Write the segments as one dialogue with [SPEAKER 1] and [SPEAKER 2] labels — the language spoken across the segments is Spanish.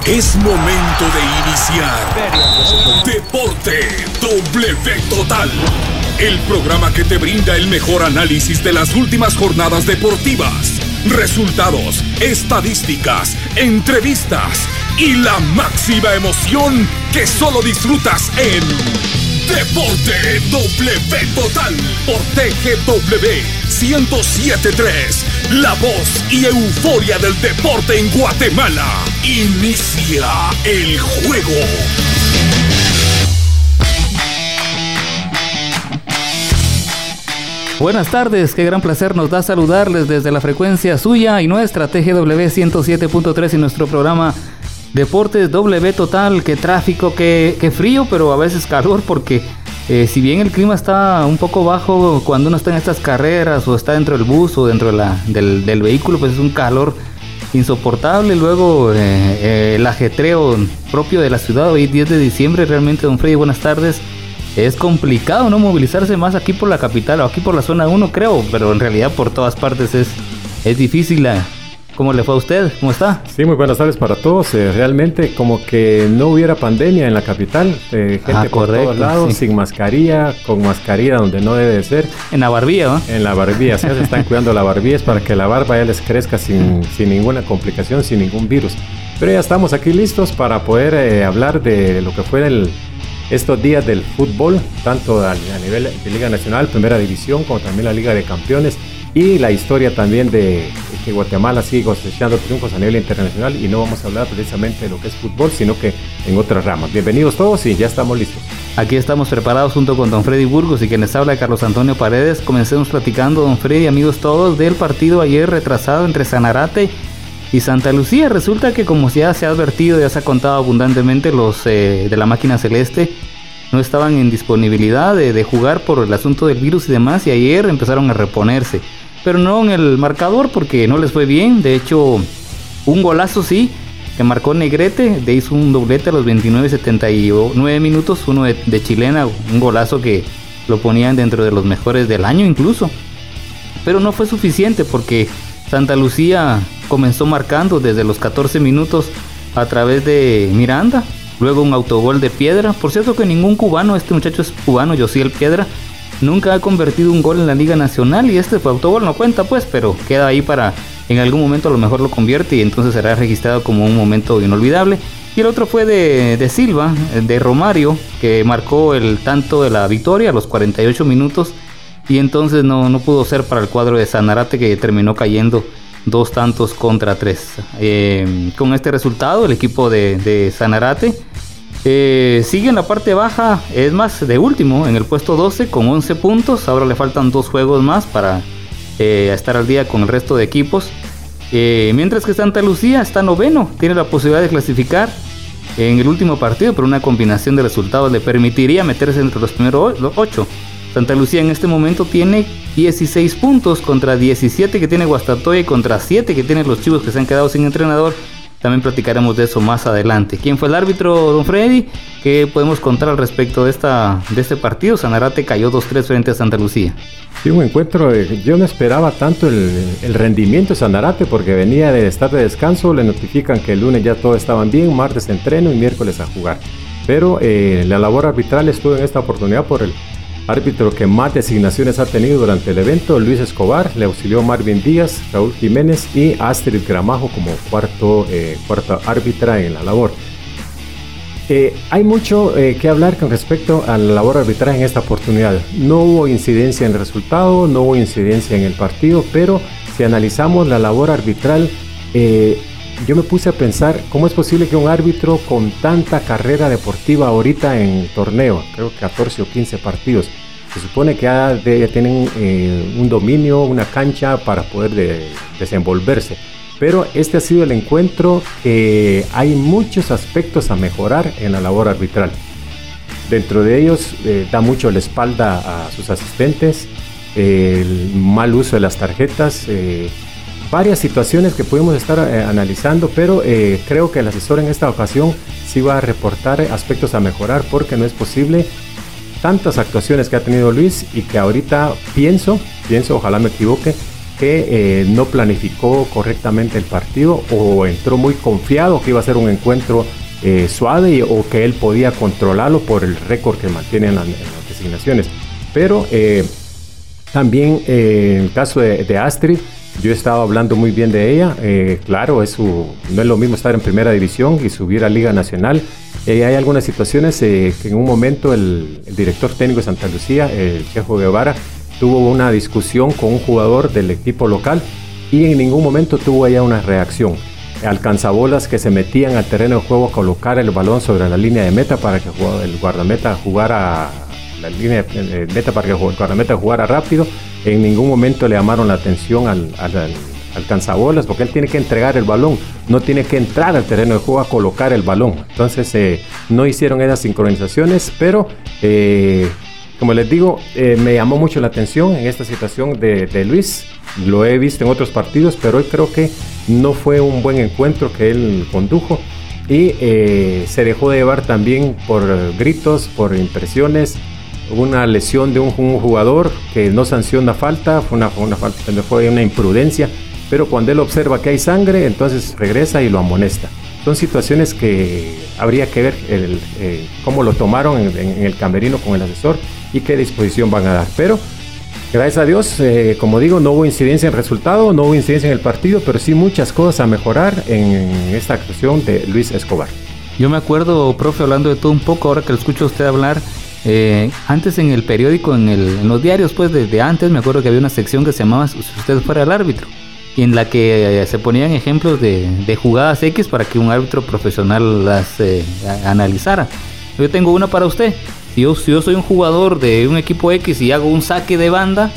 [SPEAKER 1] Es momento de iniciar Deporte W Total, el programa que te brinda el mejor análisis de las últimas jornadas deportivas, resultados, estadísticas, entrevistas y la máxima emoción que solo disfrutas en Deporte W Total por TGW 107.3, la voz y euforia del deporte en Guatemala. Inicia el juego.
[SPEAKER 2] Buenas tardes, qué gran placer nos da saludarles desde la frecuencia suya y nuestra TGW 107.3 y nuestro programa Deportes W Total. Qué tráfico, qué frío, pero a veces calor, porque si bien el clima está un poco bajo cuando uno está en estas carreras o está dentro del bus o dentro del vehículo, pues es un calor insoportable. Luego el ajetreo propio de la ciudad. Hoy 10 de diciembre, realmente, don Freddy, buenas tardes. Es complicado no movilizarse más aquí por la capital o aquí por la zona 1, creo, pero en realidad por todas partes es difícil. ¿Cómo le fue a usted? ¿Cómo está?
[SPEAKER 3] Sí, muy buenas tardes para todos. Realmente como que no hubiera pandemia en la capital. Gente por todos lados, sí, sin mascarilla, con mascarilla donde no debe de ser.
[SPEAKER 2] En la barbilla, ¿no?
[SPEAKER 3] En la barbilla, sí, se están cuidando la barbilla, es para que la barba ya les crezca sin ninguna complicación, sin ningún virus. Pero ya estamos aquí listos para poder hablar de lo que fue estos días del fútbol, tanto a nivel de Liga Nacional, Primera División, como también la Liga de Campeones, y la historia también de que Guatemala sigue cosechando triunfos a nivel internacional, y no vamos a hablar precisamente de lo que es fútbol, sino que en otras ramas. Bienvenidos todos y ya estamos listos.
[SPEAKER 2] Aquí estamos preparados junto con don Freddy Burgos y quien les habla, Carlos Antonio Paredes. Comencemos platicando, don Freddy, amigos todos, del partido ayer retrasado entre Sanarate y Santa Lucía. Resulta que, como ya se ha advertido, ya se ha contado abundantemente, los de la máquina celeste no estaban en disponibilidad de jugar por el asunto del virus y demás, y ayer empezaron a reponerse, pero no en el marcador porque no les fue bien. De hecho, un golazo sí, que marcó Negrete, hizo un doblete a los 29-79 minutos, uno de chilena, un golazo que lo ponían dentro de los mejores del año incluso, pero no fue suficiente porque Santa Lucía comenzó marcando desde los 14 minutos a través de Miranda, luego un autogol de Piedra. Por cierto que ningún cubano, este muchacho es cubano, Josiel Piedra, nunca ha convertido un gol en la Liga Nacional, y este fue autogol, no cuenta pues, pero queda ahí para en algún momento a lo mejor lo convierte y entonces será registrado como un momento inolvidable. Y el otro fue de Silva, de Romario, que marcó el tanto de la victoria a los 48 minutos, y entonces no pudo ser para el cuadro de Sanarate, que terminó cayendo 2-3. Con este resultado, el equipo de Sanarate sigue en la parte baja, es más, de último, en el puesto 12 con 11 puntos. Ahora le faltan 2 juegos más para estar al día con el resto de equipos. Mientras que Santa Lucía está noveno, tiene la posibilidad de clasificar en el último partido, pero una combinación de resultados le permitiría meterse entre los primeros 8. Santa Lucía en este momento tiene 16 puntos contra 17 que tiene Guastatoya y contra 7 que tienen los Chivos, que se han quedado sin entrenador. También platicaremos de eso más adelante. ¿Quién fue el árbitro, don Freddy? ¿Qué podemos contar al respecto de este partido? Sanarate cayó 2-3 frente a Santa Lucía.
[SPEAKER 3] Sí, un encuentro, yo no esperaba tanto el rendimiento de Sanarate, porque venía de estar de descanso. Le notifican que el lunes ya todos estaban bien, martes entreno y miércoles a jugar. Pero la labor arbitral estuvo en esta oportunidad por el árbitro que más designaciones ha tenido durante el evento, Luis Escobar. Le auxilió Marvin Díaz, Raúl Jiménez y Astrid Gramajo como cuarta árbitra en la labor. Hay mucho que hablar con respecto a la labor arbitral en esta oportunidad. No hubo incidencia en el resultado, no hubo incidencia en el partido, pero si analizamos la labor arbitral, yo me puse a pensar cómo es posible que un árbitro con tanta carrera deportiva ahorita en el torneo, creo que 14 o 15 partidos, se supone que ya tienen un dominio, una cancha para poder desenvolverse. Pero este ha sido el encuentro que hay muchos aspectos a mejorar en la labor arbitral. Dentro de ellos da mucho la espalda a sus asistentes, el mal uso de las tarjetas, varias situaciones que pudimos estar analizando, pero creo que el asesor en esta ocasión sí va a reportar aspectos a mejorar, porque no es posible tantas actuaciones que ha tenido Luis, y que ahorita pienso, ojalá me equivoque, que no planificó correctamente el partido o entró muy confiado que iba a ser un encuentro suave o que él podía controlarlo por el récord que mantiene en las designaciones. Pero también en el caso de Astrid, yo he estado hablando muy bien de ella. Claro, no es lo mismo estar en primera división y subir a Liga Nacional. Hay algunas situaciones que en un momento el director técnico de Santa Lucía, el Chejo Guevara, tuvo una discusión con un jugador del equipo local y en ningún momento tuvo ella una reacción. Alcanzabolas que se metían al terreno de juego a colocar el balón sobre la línea de meta para que el guardameta jugara la línea de meta para que el guardameta jugara rápido. En ningún momento le llamaron la atención al alcanzabolas, porque él tiene que entregar el balón, no tiene que entrar al terreno de juego a colocar el balón. Entonces no hicieron esas sincronizaciones, pero como les digo, me llamó mucho la atención en esta situación de Luis. Lo he visto en otros partidos, pero hoy creo que no fue un buen encuentro que él condujo y se dejó de llevar también por gritos, por impresiones. Hubo una lesión de un jugador que no sanciona falta, fue una falta, fue una imprudencia, pero cuando él observa que hay sangre, entonces regresa y lo amonesta. Son situaciones que habría que ver cómo lo tomaron en el camerino con el asesor y qué disposición van a dar. Pero gracias a Dios, como digo, no hubo incidencia en el resultado, no hubo incidencia en el partido, pero sí muchas cosas a mejorar en esta actuación de Luis Escobar.
[SPEAKER 2] Yo me acuerdo, profe, hablando de todo un poco, ahora que lo escucho a usted hablar, antes en el periódico, en los diarios pues de antes, me acuerdo que había una sección que se llamaba Si usted fuera el árbitro, y en la que se ponían ejemplos de jugadas X para que un árbitro profesional las analizara. Yo tengo una para usted. Si yo soy un jugador de un equipo X y hago un saque de banda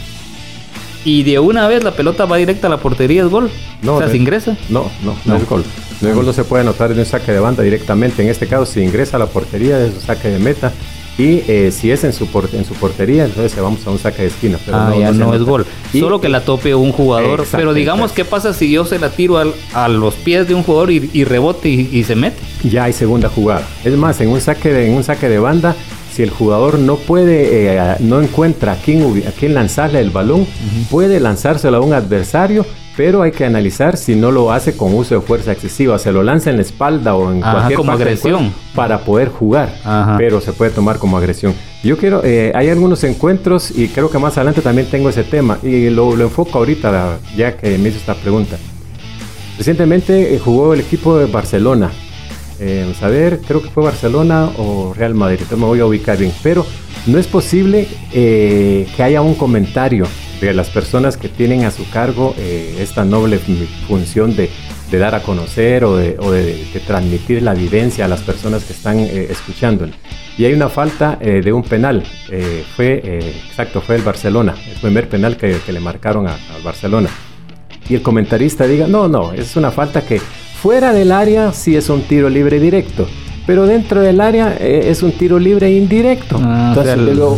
[SPEAKER 2] y de una vez la pelota va directa a la portería, ¿es gol? No, o sea, ¿se ingresa?
[SPEAKER 3] No es gol. El gol no se puede anotar de un saque de banda directamente. En este caso, si ingresa a la portería, es un saque de meta. Y si es en su portería, entonces vamos a un saque de esquina. Pero
[SPEAKER 2] no es gol. Solo que la tope un jugador. Pero digamos, ¿qué pasa si yo se la tiro a los pies de un jugador y rebote y se mete?
[SPEAKER 3] Ya hay segunda jugada. Es más, en un saque de banda, si el jugador no encuentra a quién lanzarle el balón, puede lanzárselo a un adversario, pero hay que analizar si no lo hace con uso de fuerza excesiva, se lo lanza en la espalda o en cualquier
[SPEAKER 2] como
[SPEAKER 3] parte
[SPEAKER 2] agresión
[SPEAKER 3] para poder jugar, pero se puede tomar como agresión. Yo quiero, hay algunos encuentros y creo que más adelante también tengo ese tema y lo enfoco ahorita ya que me hizo esta pregunta. Recientemente jugó el equipo de Barcelona. A ver, creo que fue Barcelona o Real Madrid, entonces me voy a ubicar bien, pero no es posible que haya un comentario de las personas que tienen a su cargo esta noble función de dar a conocer o de transmitir la vivencia a las personas que están escuchándolo. Y hay una falta de un penal, fue el Barcelona, el primer penal que le marcaron al Barcelona. Y el comentarista diga, no, es una falta que fuera del área sí es un tiro libre directo, pero dentro del área es un tiro libre indirecto. Entonces,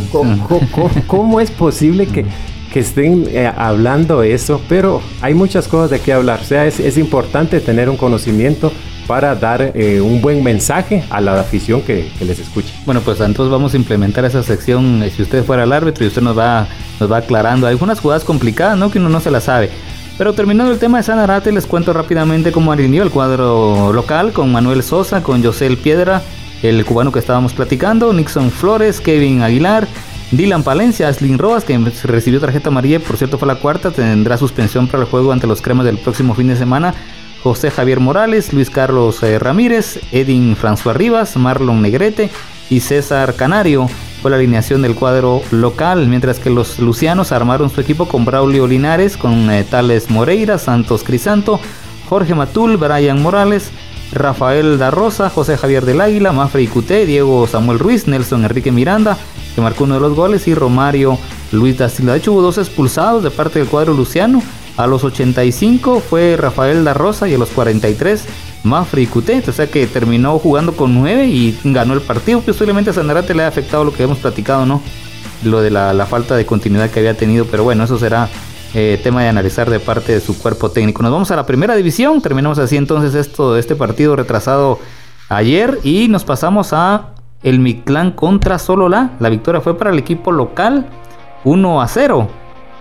[SPEAKER 3] ¿cómo es posible que estén hablando eso? Pero hay muchas cosas de qué hablar. O sea, es importante tener un conocimiento para dar un buen mensaje a la afición que les escuche.
[SPEAKER 2] Bueno, pues entonces vamos a implementar esa sección, si usted fuera el árbitro y usted nos va aclarando. Hay algunas jugadas complicadas, ¿no?, que uno no se las sabe. Pero terminando el tema de Sanarate, les cuento rápidamente cómo alineó el cuadro local con Manuel Sosa, con José Piedra, el cubano que estábamos platicando, Nixon Flores, Kevin Aguilar, Dylan Palencia, Aslin Roas, que recibió tarjeta amarilla, por cierto fue la cuarta, tendrá suspensión para el juego ante los Cremas del próximo fin de semana, José Javier Morales, Luis Carlos Ramírez, Edin François Rivas, Marlon Negrete y César Canario. Fue la alineación del cuadro local, mientras que los lucianos armaron su equipo con Braulio Linares, con Tales Moreira, Santos Crisanto, Jorge Matul, Brian Morales, Rafael da Rosa, José Javier del Águila, Mafre Icuté, Diego Samuel Ruiz, Nelson Enrique Miranda, que marcó uno de los goles, y Romario Luis da Silva. De hecho, hubo 2 expulsados de parte del cuadro luciano. A los 85 fue Rafael da Rosa y a los 43 Mafre Icuté, o sea que terminó jugando con 9 y ganó el partido. Posiblemente a Sanarate le ha afectado lo que hemos platicado, ¿no? Lo de la falta de continuidad que había tenido, pero bueno, eso será tema de analizar de parte de su cuerpo técnico. Nos vamos a la primera división, terminamos así entonces este partido retrasado ayer y nos pasamos a el Mictlán contra Sololá. La victoria fue para el equipo local 1-0.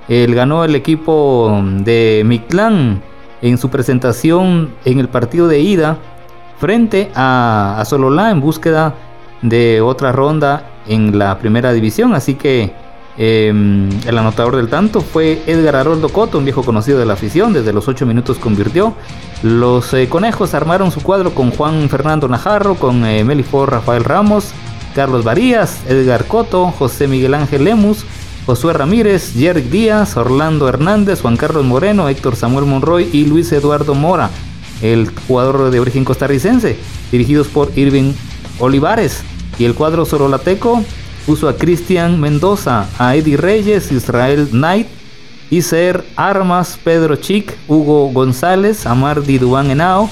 [SPEAKER 2] ganó el equipo de Mictlán en su presentación en el partido de ida frente a Sololá en búsqueda de otra ronda en la primera división. Así que el anotador del tanto fue Edgar Haroldo Coto, un viejo conocido de la afición. Desde los 8 minutos convirtió. Los conejos armaron su cuadro con Juan Fernando Najarro, con Melifor Rafael Ramos, Carlos Varías, Edgar Coto, José Miguel Ángel Lemus, Josué Ramírez, Yerrick Díaz, Orlando Hernández, Juan Carlos Moreno, Héctor Samuel Monroy y Luis Eduardo Mora, el jugador de origen costarricense, dirigidos por Irving Olivares. Y el cuadro sorolateco puso a Cristian Mendoza, a Eddie Reyes, Israel Knight, Iser Armas, Pedro Chic, Hugo González, Amardi Dubán Henao,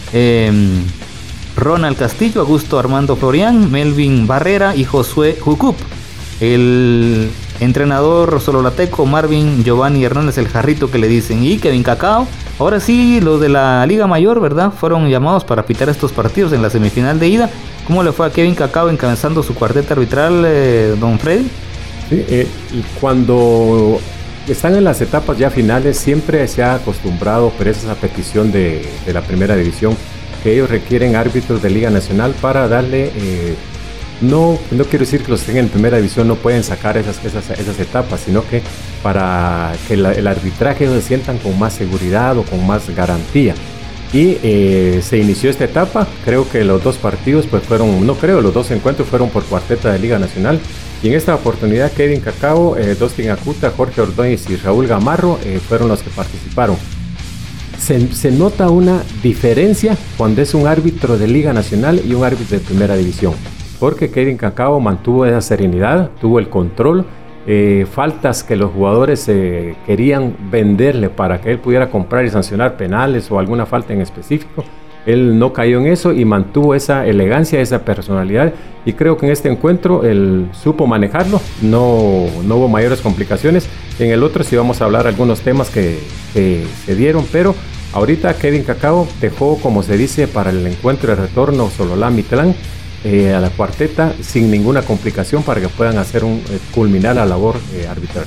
[SPEAKER 2] Ronald Castillo, Augusto Armando Florián, Melvin Barrera y Josué Jucup. El entrenador sololateco Marvin Giovanni Hernández, el jarrito que le dicen, y Kevin Cacao. Ahora sí, los de la Liga Mayor, ¿verdad?, fueron llamados para pitar estos partidos en la semifinal de ida. ¿Cómo le fue a Kevin Cacao encabezando su cuarteta arbitral, don Freddy?
[SPEAKER 3] Sí, cuando están en las etapas ya finales, siempre se ha acostumbrado, pero esa es a petición de la primera división, que ellos requieren árbitros de Liga Nacional para darle... No quiero decir que los que estén en primera división no pueden sacar esas etapas, sino que para que el arbitraje se sientan con más seguridad o con más garantía. Y se inició esta etapa. Creo que los dos partidos pues los dos encuentros fueron por cuarteta de Liga Nacional. Y en esta oportunidad Kevin Cacao, Dustin Acuta, Jorge Ordóñez y Raúl Gamarro fueron los que participaron. Se nota una diferencia cuando es un árbitro de Liga Nacional y un árbitro de primera división, porque Kevin Cacao mantuvo esa serenidad, tuvo el control, faltas que los jugadores querían venderle para que él pudiera comprar y sancionar penales o alguna falta en específico. Él no cayó en eso y mantuvo esa elegancia, esa personalidad, y creo que en este encuentro él supo manejarlo, no hubo mayores complicaciones. En el otro sí vamos a hablar algunos temas que se dieron, pero ahorita Kevin Cacao dejó, como se dice, para el encuentro de retorno Sololá-Mictlán a la cuarteta sin ninguna complicación para que puedan hacer culminar la labor arbitral.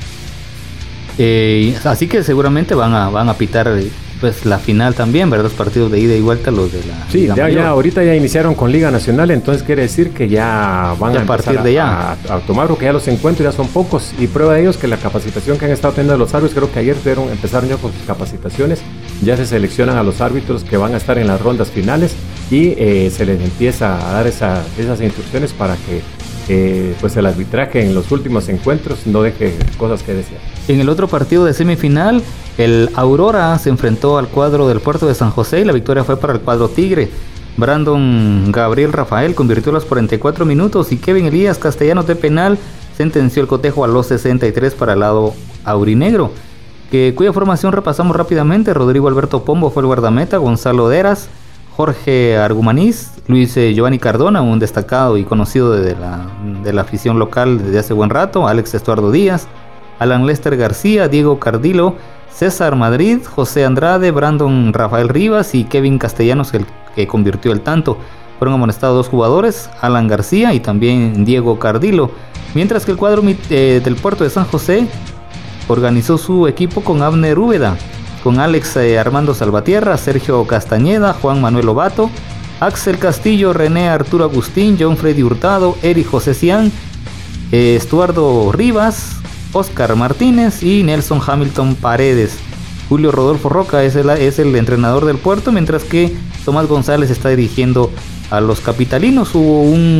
[SPEAKER 2] Así que seguramente van a pitar pues la final también, ¿verdad? Los partidos de ida y vuelta, los de la
[SPEAKER 3] sí, Liga ya ahorita ya iniciaron con Liga Nacional, entonces quiere decir que ya van a partir de ya a tomar, porque ya los encuentros ya son pocos, y prueba de ellos que la capacitación que han estado teniendo los árbitros, creo que ayer empezaron ya con sus capacitaciones, ya se seleccionan a los árbitros que van a estar en las rondas finales y se les empieza a dar esas instrucciones para que pues el arbitraje en los últimos encuentros no deje cosas que desear.
[SPEAKER 2] En el otro partido de semifinal, el Aurora se enfrentó al cuadro del Puerto de San José y la victoria fue para el cuadro Tigre. Brandon Gabriel Rafael convirtió a los 44 minutos y Kevin Elías Castellanos de penal sentenció el cotejo a los 63 para el lado aurinegro, cuya formación repasamos rápidamente. Rodrigo Alberto Pombo fue el guardameta, Gonzalo Deras, Jorge Argumaniz, Luis Giovanni Cardona, un destacado y conocido de la afición local desde hace buen rato, Alex Estuardo Díaz, Alan Lester García, Diego Cardilo, César Madrid, José Andrade, Brandon Rafael Rivas y Kevin Castellanos, el que convirtió el tanto. Fueron amonestados 2 jugadores, Alan García y también Diego Cardilo, mientras que el cuadro del Puerto de San José organizó su equipo con Abner Úbeda, con Alex Armando Salvatierra, Sergio Castañeda, Juan Manuel Lobato, Axel Castillo, René Arturo Agustín, John Freddy Hurtado, Eric José Cian, Estuardo Rivas, Oscar Martínez y Nelson Hamilton Paredes. Julio Rodolfo Roca es el entrenador del Puerto, mientras que Tomás González está dirigiendo a los capitalinos. Hubo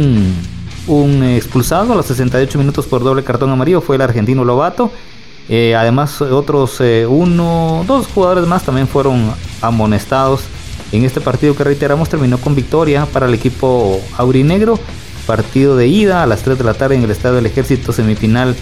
[SPEAKER 2] un expulsado a los 68 minutos por doble cartón amarillo, fue el argentino Lobato. Además otros 2 jugadores más también fueron amonestados en este partido, que reiteramos terminó con victoria para el equipo aurinegro. Partido de ida a las 3 de la tarde en el Estadio del Ejército, semifinal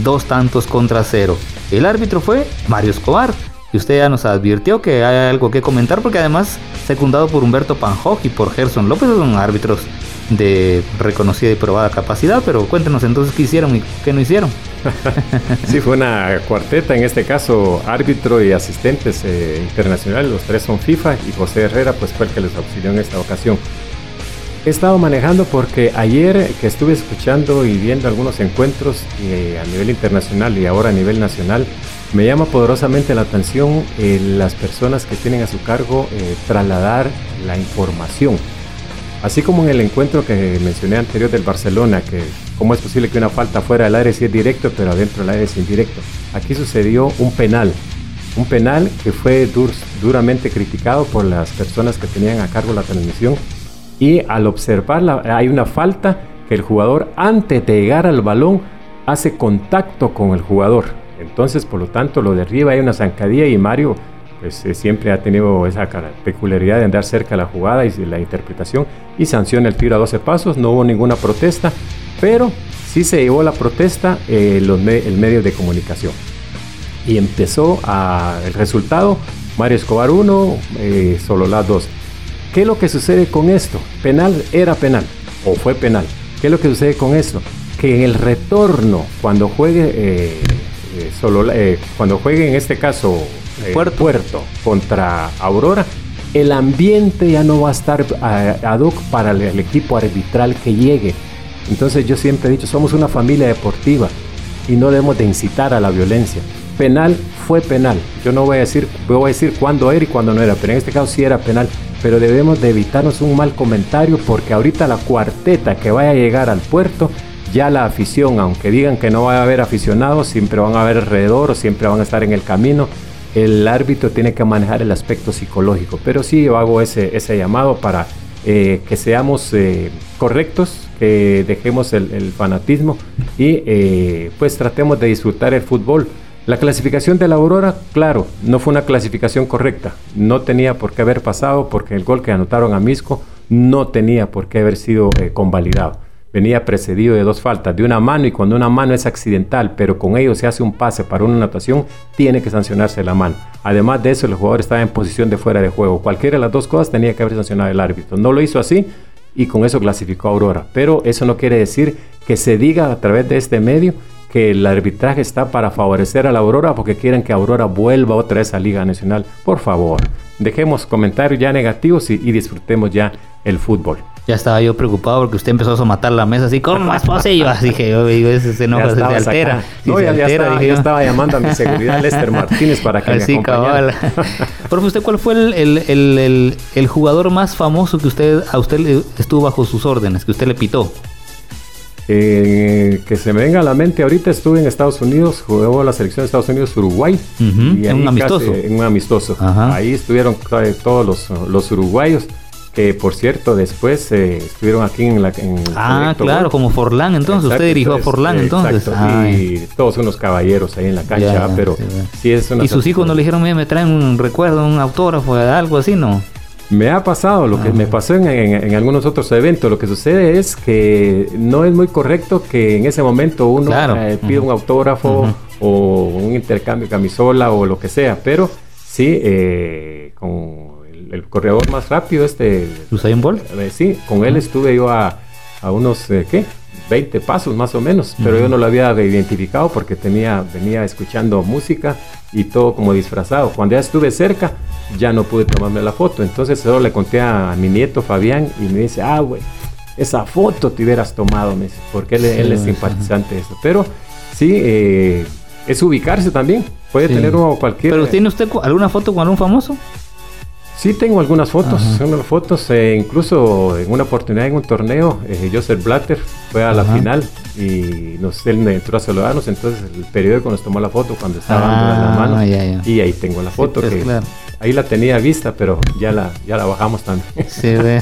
[SPEAKER 2] 2-0. El árbitro fue Mario Escobar, y usted ya nos advirtió que hay algo que comentar, porque además secundado por Humberto Panjoj y por Gerson López, son árbitros de reconocida y probada capacidad. Pero cuéntenos entonces qué hicieron y qué no hicieron.
[SPEAKER 3] Sí, fue una cuarteta, en este caso árbitro y asistentes internacionales, los 3 son FIFA, y José Herrera pues fue el que les auxilió en esta ocasión. He estado manejando porque ayer que estuve escuchando y viendo algunos encuentros a nivel internacional y ahora a nivel nacional, me llama poderosamente la atención las personas que tienen a su cargo trasladar la información. Así como en el encuentro que mencioné anterior del Barcelona, que cómo es posible que una falta fuera del área sí es directo, pero adentro del área es indirecto. Aquí sucedió un penal que fue duramente criticado por las personas que tenían a cargo la transmisión, y al observarla hay una falta que el jugador antes de llegar al balón hace contacto con el jugador, entonces por lo tanto lo derriba, hay una zancadilla y Mario pues siempre ha tenido esa peculiaridad de andar cerca de la jugada y la interpretación, y sanciona el tiro a 12 pasos, no hubo ninguna protesta, pero sí se llevó la protesta el medio de comunicación. Y empezó el resultado, Mario Escobar 1, Sololá 2. ¿Qué es lo que sucede con esto? ¿Penal era penal o fue penal? ¿Qué es lo que sucede con esto? Que en el retorno, cuando juegue en este caso Puerto contra Aurora, el ambiente ya no va a estar ad hoc para el equipo arbitral que llegue. Entonces yo siempre he dicho, somos una familia deportiva y no debemos de incitar a la violencia. Penal fue penal. Yo no voy a decir cuándo era y cuándo no era, pero en este caso sí era penal. Pero debemos de evitarnos un mal comentario, porque ahorita la cuarteta que vaya a llegar al puerto, ya la afición, aunque digan que no va a haber aficionados, siempre van a haber alrededor o siempre van a estar en el camino. El árbitro tiene que manejar el aspecto psicológico, pero sí yo hago ese llamado para que seamos correctos, que dejemos el fanatismo y pues tratemos de disfrutar el fútbol. La clasificación de la Aurora, claro, no fue una clasificación correcta, no tenía por qué haber pasado, porque el gol que anotaron a Misco no tenía por qué haber sido convalidado. Venía precedido de 2 faltas, de una mano, y cuando una mano es accidental, pero con ello se hace un pase para una anotación, tiene que sancionarse la mano. Además de eso, el jugador estaba en posición de fuera de juego. Cualquiera de las 2 cosas tenía que haber sancionado el árbitro. No lo hizo así y con eso clasificó a Aurora. Pero eso no quiere decir que se diga a través de este medio que el arbitraje está para favorecer a la Aurora porque quieren que Aurora vuelva otra vez a Liga Nacional. Por favor, dejemos comentarios ya negativos y disfrutemos ya el fútbol.
[SPEAKER 2] Ya estaba yo preocupado porque usted empezó a matar la mesa así, ¿cómo es posible? Dije yo, se enoja, se altera.
[SPEAKER 3] No, ya estaba llamando a mi seguridad Lester Martínez para que me acompañara.
[SPEAKER 2] Profe, ¿usted cuál fue el jugador más famoso que a usted estuvo bajo sus órdenes, que usted le pitó?
[SPEAKER 3] Que se me venga a la mente, ahorita estuve en Estados Unidos, jugó la selección de Estados Unidos-Uruguay.
[SPEAKER 2] Y en un amistoso.
[SPEAKER 3] En un amistoso. Ahí estuvieron todos los uruguayos, que por cierto después estuvieron aquí en
[SPEAKER 2] claro, como Forlán. Entonces exacto, usted dirigió a Forlán entonces.
[SPEAKER 3] Y todos unos caballeros ahí en la cancha, pero sí es una.
[SPEAKER 2] ¿Y sus hijos no le dijeron, me traen un recuerdo, un autógrafo, algo así, no?
[SPEAKER 3] Me ha pasado lo que me pasó en algunos otros eventos. Lo que sucede es que no es muy correcto que en ese momento uno pida un autógrafo o un intercambio de camisola o lo que sea, pero sí, con el corredor más rápido,
[SPEAKER 2] ¿Usain Bolt?
[SPEAKER 3] Sí, con él estuve yo a unos, 20 pasos más o menos, pero yo no lo había identificado porque venía escuchando música y todo como disfrazado. Cuando ya estuve cerca, ya no pude tomarme la foto, entonces solo le conté a mi nieto Fabián y me dice, güey, esa foto te hubieras tomado, me dice, porque él es simpatizante de eso. Pero sí, es ubicarse también, puede tener uno cualquier.
[SPEAKER 2] ¿Pero tiene usted alguna foto con algún famoso?
[SPEAKER 3] Sí, tengo algunas fotos, incluso en una oportunidad en un torneo, Joseph Blatter fue a la final y él entró a saludarnos, entonces el periódico nos tomó la foto cuando estaba dando la mano y ahí tengo la foto, sí, claro. Ahí la tenía vista, pero ya la bajamos también.
[SPEAKER 2] Sí, ves.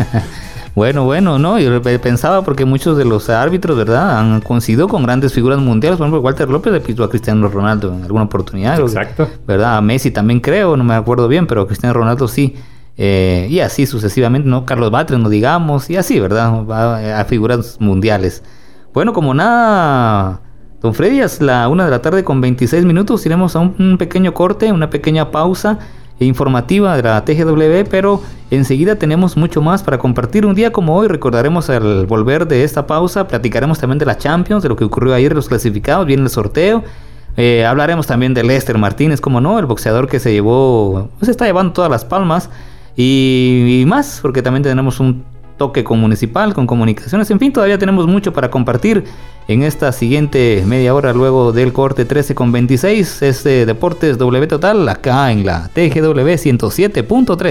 [SPEAKER 2] Bueno, no, yo pensaba porque muchos de los árbitros, ¿verdad?, han coincidido con grandes figuras mundiales. Por ejemplo, Walter López le pitó a Cristiano Ronaldo en alguna oportunidad.
[SPEAKER 3] Exacto.
[SPEAKER 2] ¿Verdad? A Messi también creo, no me acuerdo bien, pero a Cristiano Ronaldo sí. Y así sucesivamente, ¿no? Carlos Batres, no digamos, y así, ¿verdad? Va a figuras mundiales. Bueno, como nada, don Freddy, es la 1:00 con 26 minutos. Iremos a un pequeño corte, una pequeña pausa informativa de la TGW, pero enseguida tenemos mucho más para compartir. Un día como hoy recordaremos al volver de esta pausa, platicaremos también de la Champions, de lo que ocurrió ayer, los clasificados, viene el sorteo, hablaremos también de Lester Martínez, como no, el boxeador que se está llevando todas las palmas y más, porque también tenemos un toque con Municipal, con Comunicaciones, en fin, todavía tenemos mucho para compartir en esta siguiente media hora luego del corte 13:26. Este Deportes W Total acá en la TGW 107.3.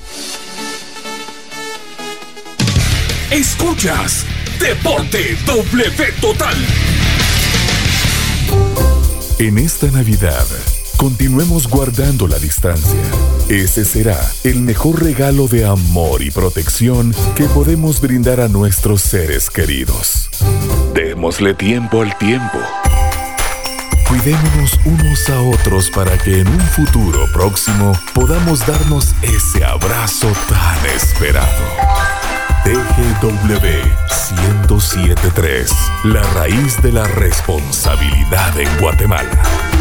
[SPEAKER 1] Escuchas Deporte W Total. En esta Navidad, continuemos guardando la distancia. Ese será el mejor regalo de amor y protección que podemos brindar a nuestros seres queridos. Démosle tiempo al tiempo. Cuidémonos unos a otros para que en un futuro próximo podamos darnos ese abrazo tan esperado. TGW 107.3, la raíz de la responsabilidad en Guatemala.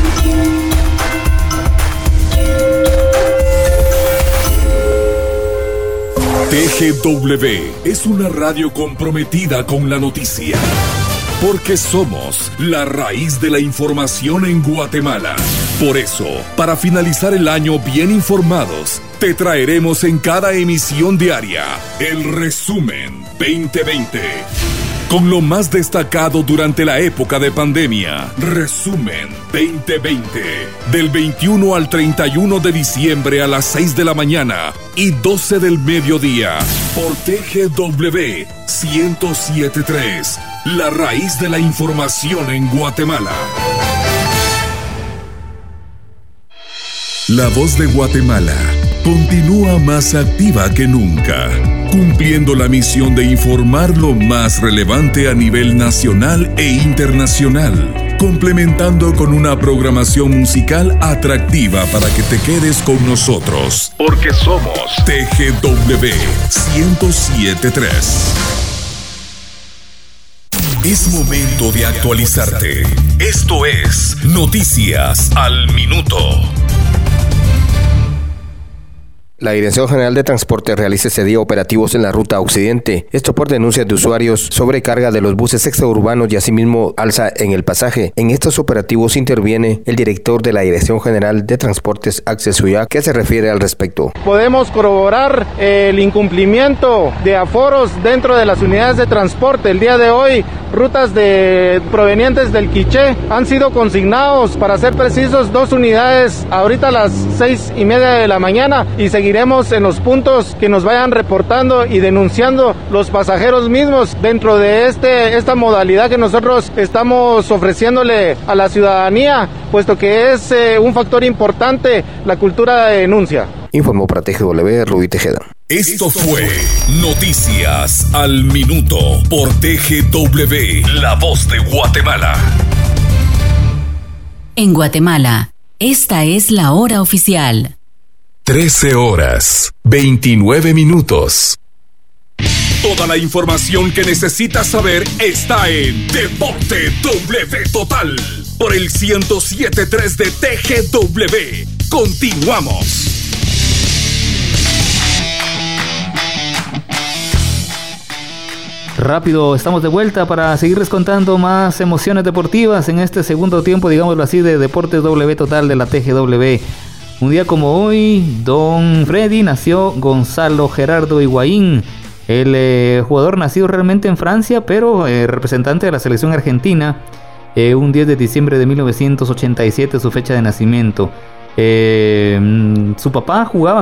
[SPEAKER 1] TGW es una radio comprometida con la noticia, porque somos la raíz de la información en Guatemala. Por eso, para finalizar el año bien informados, te traeremos en cada emisión diaria el resumen 2020. Con lo más destacado durante la época de pandemia. Resumen 2020. Del 21 al 31 de diciembre a las 6 de la mañana y 12 del mediodía. Por TGW 107.3. La raíz de la información en Guatemala. La Voz de Guatemala continúa más activa que nunca, cumpliendo la misión de informar lo más relevante a nivel nacional e internacional, complementando con una programación musical atractiva para que te quedes con nosotros, porque somos TGW 107.3. Es momento de actualizarte. Esto es Noticias al Minuto.
[SPEAKER 4] La Dirección General de Transporte realiza ese día operativos en la ruta occidente, esto por denuncias de usuarios sobre carga de los buses extraurbanos y asimismo alza en el pasaje. En estos operativos interviene el director de la Dirección General de Transportes, Axel Suya, que se refiere al respecto.
[SPEAKER 5] Podemos corroborar el incumplimiento de aforos dentro de las unidades de transporte. El día de hoy, rutas provenientes del Quiché han sido consignados, para ser precisos, 2 unidades ahorita a las 6:30 de la mañana, y seguiremos en los puntos que nos vayan reportando y denunciando los pasajeros mismos dentro de esta modalidad que nosotros estamos ofreciéndole a la ciudadanía, puesto que es un factor importante la cultura de denuncia.
[SPEAKER 4] Informó para TGW Rubí Tejeda.
[SPEAKER 1] Esto fue Noticias al Minuto por TGW, La Voz de Guatemala.
[SPEAKER 6] En Guatemala, esta es la hora oficial.
[SPEAKER 1] 13 horas, 29 minutos. Toda la información que necesitas saber está en Deporte W Total por el 107.3 de TGW. Continuamos.
[SPEAKER 2] Rápido, estamos de vuelta para seguirles contando más emociones deportivas en este segundo tiempo, digámoslo así, de Deportes W Total de la TGW. Un día como hoy, don Freddy, nació Gonzalo Gerardo Higuaín, el jugador nacido realmente en Francia, pero representante de la selección argentina, un 10 de diciembre de 1987, su fecha de nacimiento. Su papá jugaba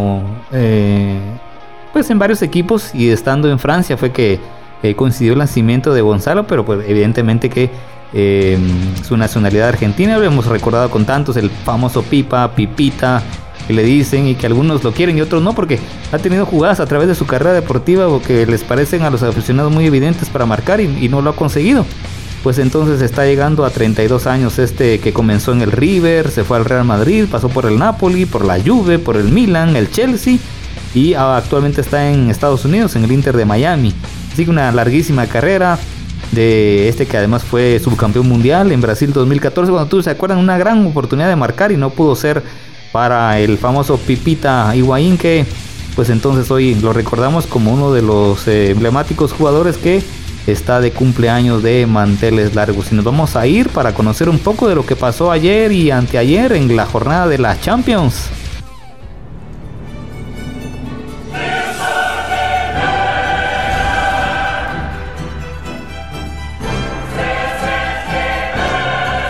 [SPEAKER 2] pues en varios equipos, y estando en Francia fue que coincidió el nacimiento de Gonzalo, pero pues evidentemente que su nacionalidad argentina, lo hemos recordado con tantos, el famoso Pipita, que le dicen, y que algunos lo quieren y otros no, porque ha tenido jugadas a través de su carrera deportiva o que les parecen a los aficionados muy evidentes para marcar y no lo ha conseguido. Pues entonces está llegando a 32 años que comenzó en el River, se fue al Real Madrid, pasó por el Napoli, por la Juve, por el Milan, el Chelsea, y actualmente está en Estados Unidos, en el Inter de Miami. Así que una larguísima carrera de que además fue subcampeón mundial en Brasil 2014, cuando todos se acuerdan, una gran oportunidad de marcar y no pudo ser para el famoso Pipita Higuaín, que pues entonces hoy lo recordamos como uno de los emblemáticos jugadores que está de cumpleaños de manteles largos. Y nos vamos a ir para conocer un poco de lo que pasó ayer y anteayer en la jornada de la Champions.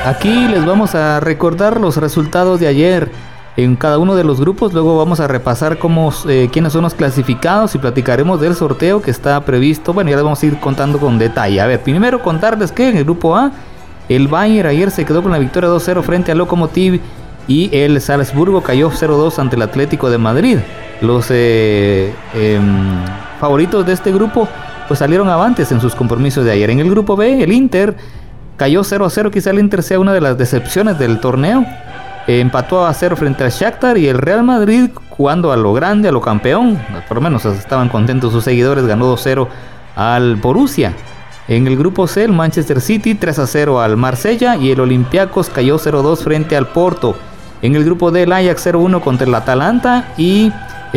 [SPEAKER 2] Aquí les vamos a recordar los resultados de ayer en cada uno de los grupos. Luego vamos a repasar quiénes son los clasificados y platicaremos del sorteo que está previsto. Bueno, ya les vamos a ir contando con detalle. A ver, primero contarles que en el grupo A, el Bayern ayer se quedó con la victoria 2-0 frente al Lokomotiv y el Salzburgo cayó 0-2 ante el Atlético de Madrid. Los favoritos de este grupo pues salieron avantes en sus compromisos de ayer. En el grupo B, el Inter cayó 0-0, quizá el Inter sea una de las decepciones del torneo. Empató a 0 frente al Shakhtar y el Real Madrid, jugando a lo grande, a lo campeón, por lo menos estaban contentos sus seguidores, ganó 2-0 al Borussia. En el grupo C, el Manchester City 3-0 al Marsella y el Olympiacos cayó 0-2 frente al Porto. En el grupo D, el Ajax 0-1 contra el Atalanta y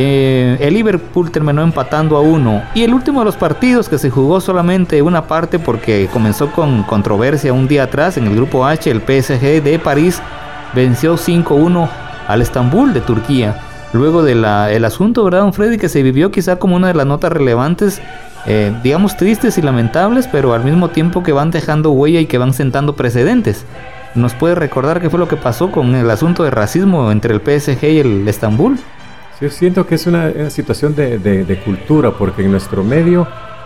[SPEAKER 2] el Liverpool terminó empatando a 1. Y el último de los partidos, que se jugó solamente una parte porque comenzó con controversia un día atrás, en el grupo H, el PSG de París venció 5-1 al Estambul de Turquía. Luego del asunto, ¿verdad, don Freddy? Que se vivió quizá como una de las notas relevantes, digamos tristes y lamentables, pero al mismo tiempo que van dejando huella y que van sentando precedentes. ¿Nos puede recordar qué fue lo que pasó con el asunto de racismo entre el PSG y el Estambul?
[SPEAKER 3] Yo siento que es una situación de cultura, porque en nuestro medio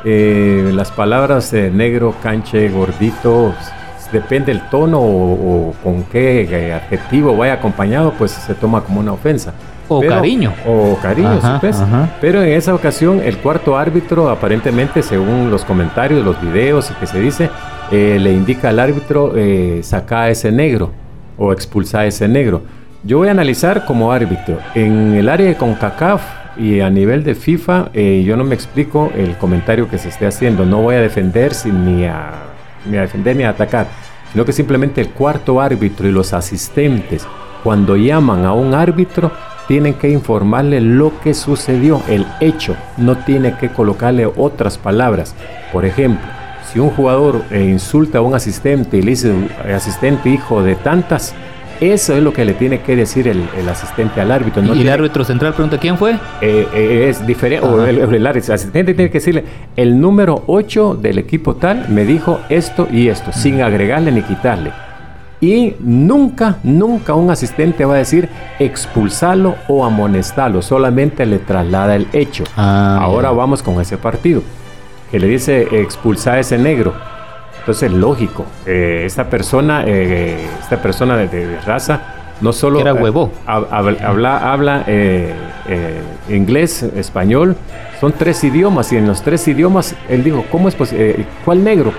[SPEAKER 3] las palabras negro, canche, gordito, depende del tono o con qué adjetivo vaya acompañado, pues se toma como una ofensa.
[SPEAKER 2] Cariño.
[SPEAKER 3] O cariño,
[SPEAKER 2] ajá,
[SPEAKER 3] ¿sí ves?
[SPEAKER 2] Ajá.
[SPEAKER 3] Pero en esa ocasión el cuarto árbitro, aparentemente, según los comentarios, los videos y que se dice, le indica al árbitro saca a ese negro o expulsa a ese negro. Yo voy a analizar como árbitro. En el área de CONCACAF y a nivel de FIFA, yo no me explico el comentario que se esté haciendo. No voy a defender ni a defender ni a atacar, sino que simplemente el cuarto árbitro y los asistentes, cuando llaman a un árbitro, tienen que informarle lo que sucedió, el hecho. No tiene que colocarle otras palabras. Por ejemplo, si un jugador insulta a un asistente y le dice asistente hijo de tantas, eso es lo que le tiene que decir el asistente al árbitro. No,
[SPEAKER 2] ¿y el árbitro central pregunta quién fue?
[SPEAKER 3] Es diferente. O el asistente tiene que decirle, el número 8 del equipo tal me dijo esto y esto, sin agregarle ni quitarle. Y nunca un asistente va a decir expulsarlo o amonestarlo, solamente le traslada el hecho. Ahora vamos con ese partido, que le dice expulsar a ese negro. Entonces, lógico, esta persona de raza no solo
[SPEAKER 2] era huevo,
[SPEAKER 3] habla inglés, español, son 3 idiomas, y en los 3 idiomas él dijo, ¿cómo es posible? ¿Cuál negro?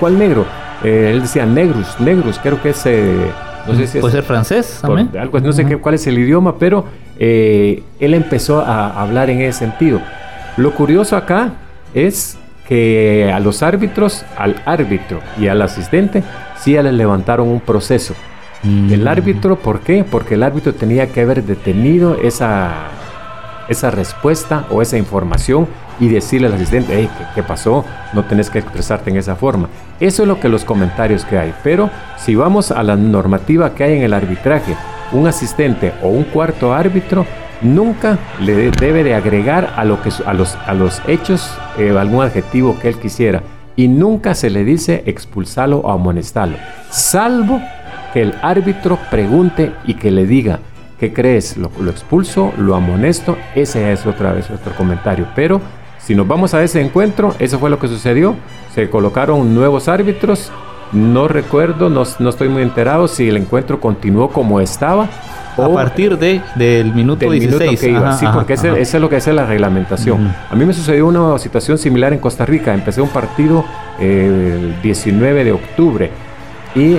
[SPEAKER 3] Él decía negrus, creo que es, no sé si
[SPEAKER 2] puede ser francés también,
[SPEAKER 3] algo, no sé cuál es el idioma, pero él empezó a hablar en ese sentido. Lo curioso acá es que a los árbitros, al árbitro y al asistente, sí ya les levantaron un proceso. El árbitro, ¿por qué? Porque el árbitro tenía que haber detenido esa respuesta o esa información y decirle al asistente, hey, ¿qué pasó? No tenés que expresarte en esa forma. Eso es lo que los comentarios que hay. Pero si vamos a la normativa que hay en el arbitraje, un asistente o un cuarto árbitro nunca le debe de agregar a los hechos algún adjetivo que él quisiera, y nunca se le dice expulsarlo o amonestarlo, salvo que el árbitro pregunte y que le diga, ¿qué crees? ¿Lo expulso? ¿Lo amonesto? Ese es otra vez otro comentario. Pero si nos vamos a ese encuentro, eso fue lo que sucedió. Se colocaron nuevos árbitros. No recuerdo, no estoy muy enterado si el encuentro continuó como estaba
[SPEAKER 2] a partir del minuto 16.
[SPEAKER 3] Minuto que iba. Sí, porque eso es lo que es la reglamentación. A mí me sucedió una situación similar en Costa Rica. Empecé un partido el 19 de octubre y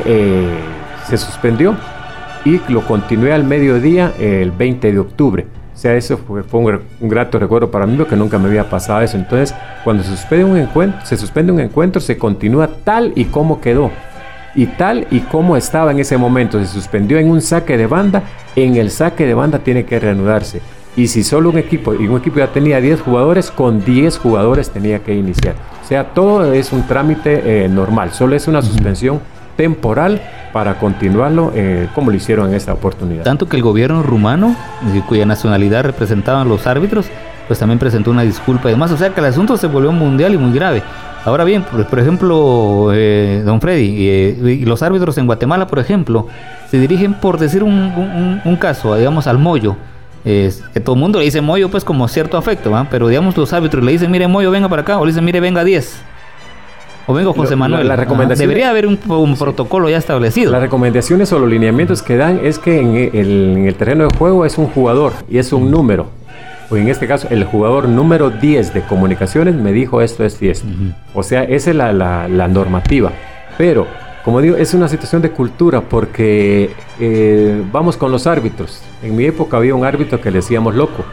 [SPEAKER 3] se suspendió, y lo continué al mediodía el 20 de octubre. O sea, eso fue un grato recuerdo para mí, porque nunca me había pasado eso. Entonces, cuando se suspende un encuentro, se continúa tal y como quedó y tal y como estaba en ese momento. Se suspendió en un saque de banda, en el saque de banda tiene que reanudarse. Y si solo un equipo ya tenía 10 jugadores, con 10 jugadores tenía que iniciar. O sea, todo es un trámite normal, solo es una suspensión temporal para continuarlo como lo hicieron en esta oportunidad.
[SPEAKER 2] Tanto que el gobierno rumano, cuya nacionalidad representaban los árbitros, pues también presentó una disculpa y demás. O sea que el asunto se volvió mundial y muy grave. Ahora bien, por ejemplo, don Freddy, y los árbitros en Guatemala, por ejemplo, se dirigen, por decir un caso, digamos, al Moyo. Que todo el mundo le dice Moyo pues como cierto afecto, ¿va? Pero digamos los árbitros le dicen, mire Moyo, venga para acá, o le dicen, mire, venga 10. O vengo José Manuel.
[SPEAKER 3] La recomendación
[SPEAKER 2] debería haber un protocolo ya establecido.
[SPEAKER 3] Las recomendaciones o los lineamientos que dan es que en el terreno de juego es un jugador y es un número. O en este caso, el jugador número 10 de comunicaciones me dijo esto y esto. O sea, esa es la normativa. Pero, como digo, es una situación de cultura porque vamos con los árbitros. En mi época había un árbitro que le decíamos loco.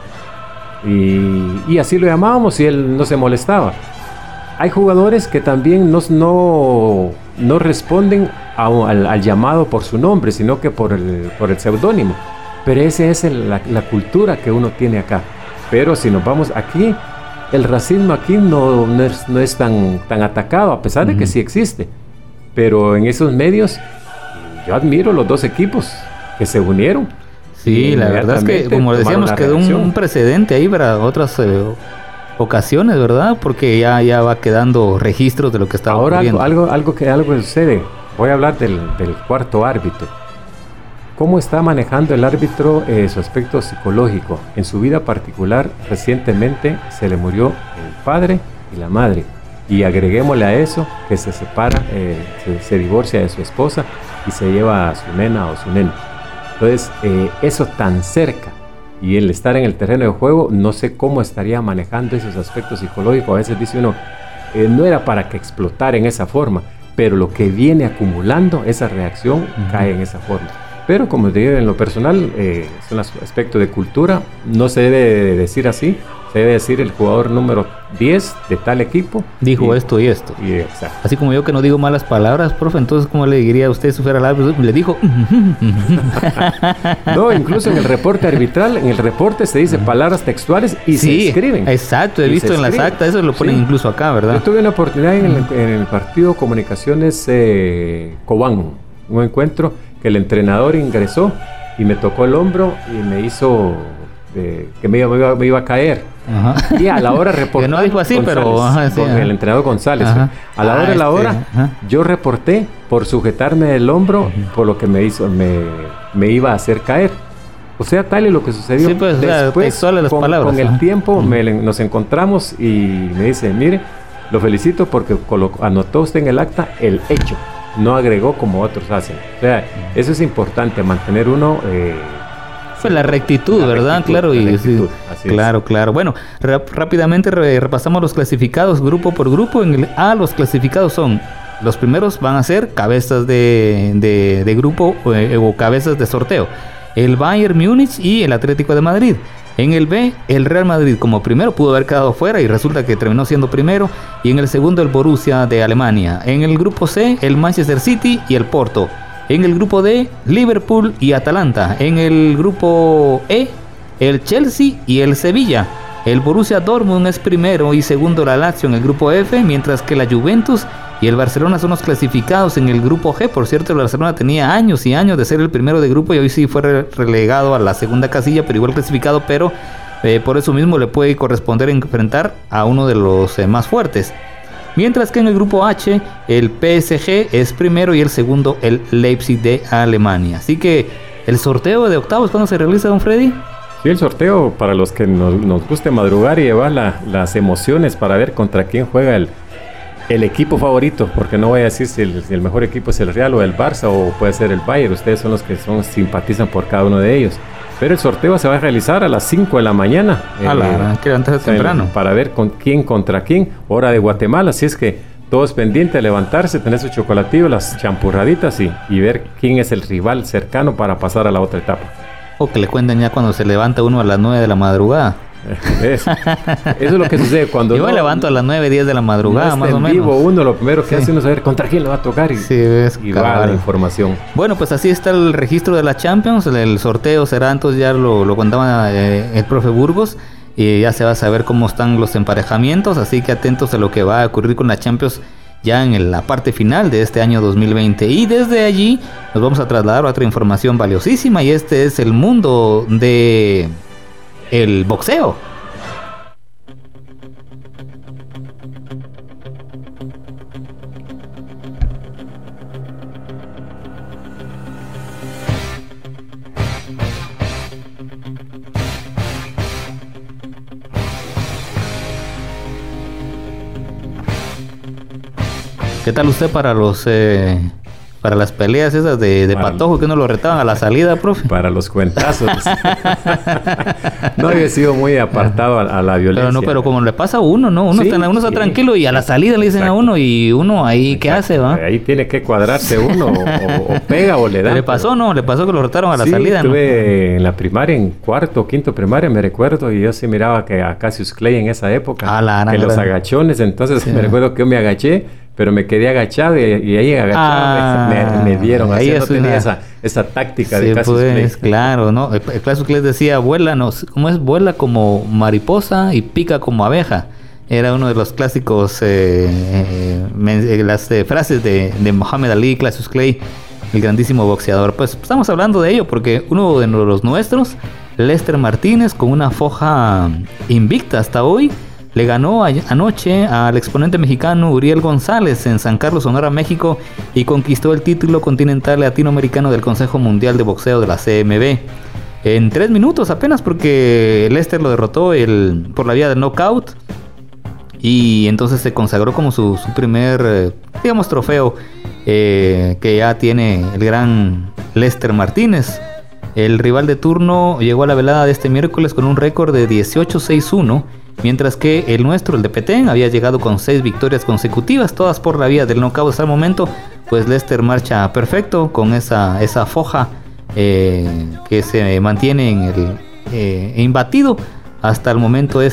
[SPEAKER 3] Y así lo llamábamos y él no se molestaba. Hay jugadores que también no responden al llamado por su nombre, sino que por el seudónimo. Pero esa es la cultura que uno tiene acá. Pero si nos vamos aquí, el racismo aquí no es tan atacado, a pesar de que sí existe. Pero en esos medios, yo admiro los dos equipos que se unieron.
[SPEAKER 2] Sí, la verdad es que, como decíamos, quedó un precedente ahí para otras ocasiones, ¿verdad? Porque ya va quedando registros de lo que está ocurriendo.
[SPEAKER 3] Ahora algo que sucede. Voy a hablar del cuarto árbitro. ¿Cómo está manejando el árbitro su aspecto psicológico? En su vida particular, recientemente se le murió el padre y la madre. Y agreguémosle a eso que se separa, se divorcia de su esposa y se lleva a su nena o su nene. Entonces, eso tan cerca y el estar en el terreno de juego, no sé cómo estaría manejando esos aspectos psicológicos. A veces dice uno, no era para que explotara en esa forma, pero lo que viene acumulando, esa reacción, cae en esa forma. Pero como te digo, en lo personal, es un aspecto de cultura, no se debe decir así, se debe decir el jugador número 10 de tal equipo.
[SPEAKER 2] Dijo esto y esto.
[SPEAKER 3] Exacto.
[SPEAKER 2] Así como yo que no digo malas palabras, profe, entonces ¿cómo le diría a usted si fuera el árbitro? Le dijo...
[SPEAKER 3] No, incluso en el reporte arbitral, en el reporte se dice palabras textuales y se escriben.
[SPEAKER 2] Exacto, he visto en las actas, eso lo ponen incluso acá, ¿verdad?
[SPEAKER 3] Yo tuve una oportunidad en el partido Comunicaciones Cobán, un encuentro que el entrenador ingresó y me tocó el hombro y me hizo que me iba a caer. Ajá. Y a la hora reporté.
[SPEAKER 2] Que no dijo así, González, pero
[SPEAKER 3] sí, el entrenador González. Ajá. A la hora, yo reporté por sujetarme el hombro, por lo que me iba a hacer caer. O sea, tal y lo que sucedió.
[SPEAKER 2] Sí, pues, después, con
[SPEAKER 3] el tiempo nos encontramos y me dice, mire, lo felicito porque anotó usted en el acta el hecho. No agregó como otros hacen. O sea, eso es importante, mantener uno...
[SPEAKER 2] pues la rectitud, ¿verdad? Claro, claro. Bueno, rápidamente repasamos los clasificados grupo por grupo. En el A, los clasificados son... Los primeros van a ser cabezas de grupo o cabezas de sorteo. El Bayern Múnich y el Atlético de Madrid. En el B, el Real Madrid como primero pudo haber quedado fuera y resulta que terminó siendo primero. Y en el segundo, el Borussia de Alemania. En el grupo C, el Manchester City y el Porto. En el grupo D, Liverpool y Atalanta. En el grupo E, el Chelsea y el Sevilla. El Borussia Dortmund es primero y segundo la Lazio en el grupo F, mientras que la Juventus y el Barcelona son los clasificados en el grupo G. Por cierto, el Barcelona tenía años y años de ser el primero de grupo y hoy sí fue relegado a la segunda casilla, pero igual clasificado, pero por eso mismo le puede corresponder enfrentar a uno de los más fuertes. Mientras que en el grupo H, el PSG es primero y el segundo, el Leipzig de Alemania. Así que el sorteo de octavos, ¿cuándo se realiza, don Freddy?
[SPEAKER 3] Sí, el sorteo para los que nos guste madrugar y llevar las emociones para ver contra quién juega el equipo favorito, porque no voy a decir si el mejor equipo es el Real o el Barça o puede ser el Bayern. Ustedes son los que simpatizan por cada uno de ellos. Pero el sorteo se va a realizar a las 5 de la mañana.
[SPEAKER 2] Que antes temprano.
[SPEAKER 3] Para ver contra quién, hora de Guatemala. Así es que todos pendientes de levantarse, tener su chocolatillo, las champurraditas y ver quién es el rival cercano para pasar a la otra etapa.
[SPEAKER 2] O que le cuenten ya cuando se levanta uno a las 9 de la madrugada.
[SPEAKER 3] Eso es lo que sucede cuando
[SPEAKER 2] yo me levanto a las 9, 10 de la madrugada, más o menos.
[SPEAKER 3] Vivo uno, lo primero que hace uno es saber contra quién le va a tocar y va la información.
[SPEAKER 2] Bueno, pues así está el registro de la Champions. El sorteo será, entonces ya lo contaba el profe Burgos, y ya se va a saber cómo están los emparejamientos, así que atentos a lo que va a ocurrir con la Champions ya en la parte final de este año 2020. Y desde allí nos vamos a trasladar a otra información valiosísima, y este es el mundo de el boxeo. ¿Qué tal usted para las peleas esas de patojo que no lo retaban a la salida, profe?
[SPEAKER 3] Para los cuentazos. No había sido muy apartado a la violencia.
[SPEAKER 2] Pero como le pasa a uno, ¿no? Uno está tranquilo y a la salida le dicen a uno y uno ahí, ¿qué hace, va?
[SPEAKER 3] Ahí tiene que cuadrarse uno o pega o le da.
[SPEAKER 2] ¿Le pasó, no? ¿Le pasó que lo retaron a la salida?
[SPEAKER 3] Estuve en la primaria, en cuarto o quinto primaria, me recuerdo, y yo sí miraba que a Cassius Clay en esa época, que los agachones, entonces me recuerdo que yo me agaché, pero me quedé agachado y ahí agachado me dieron. Ahí no tenía esa táctica de Cassius Clay.
[SPEAKER 2] Claro, ¿no? El Cassius Clay decía, vuela, no, ¿cómo es? Vuela como mariposa y pica como abeja. Era uno de los clásicos, las frases de Muhammad Ali, Cassius Clay, el grandísimo boxeador. Pues estamos hablando de ello porque uno de los nuestros, Lester Martínez, con una foja invicta hasta hoy, le ganó anoche al exponente mexicano Uriel González en San Carlos, Sonora, México, y conquistó el título continental latinoamericano del Consejo Mundial de Boxeo de la CMB. En 3 minutos apenas, porque Lester lo derrotó por la vía del knockout. Y entonces se consagró como su primer, trofeo que ya tiene el gran Lester Martínez. El rival de turno llegó a la velada de este miércoles con un récord de 18-6-1, mientras que el nuestro, el de Petén, había llegado con 6 victorias consecutivas, todas por la vía del knockout hasta el momento. Pues Lester marcha perfecto con esa foja que se mantiene imbatido hasta el momento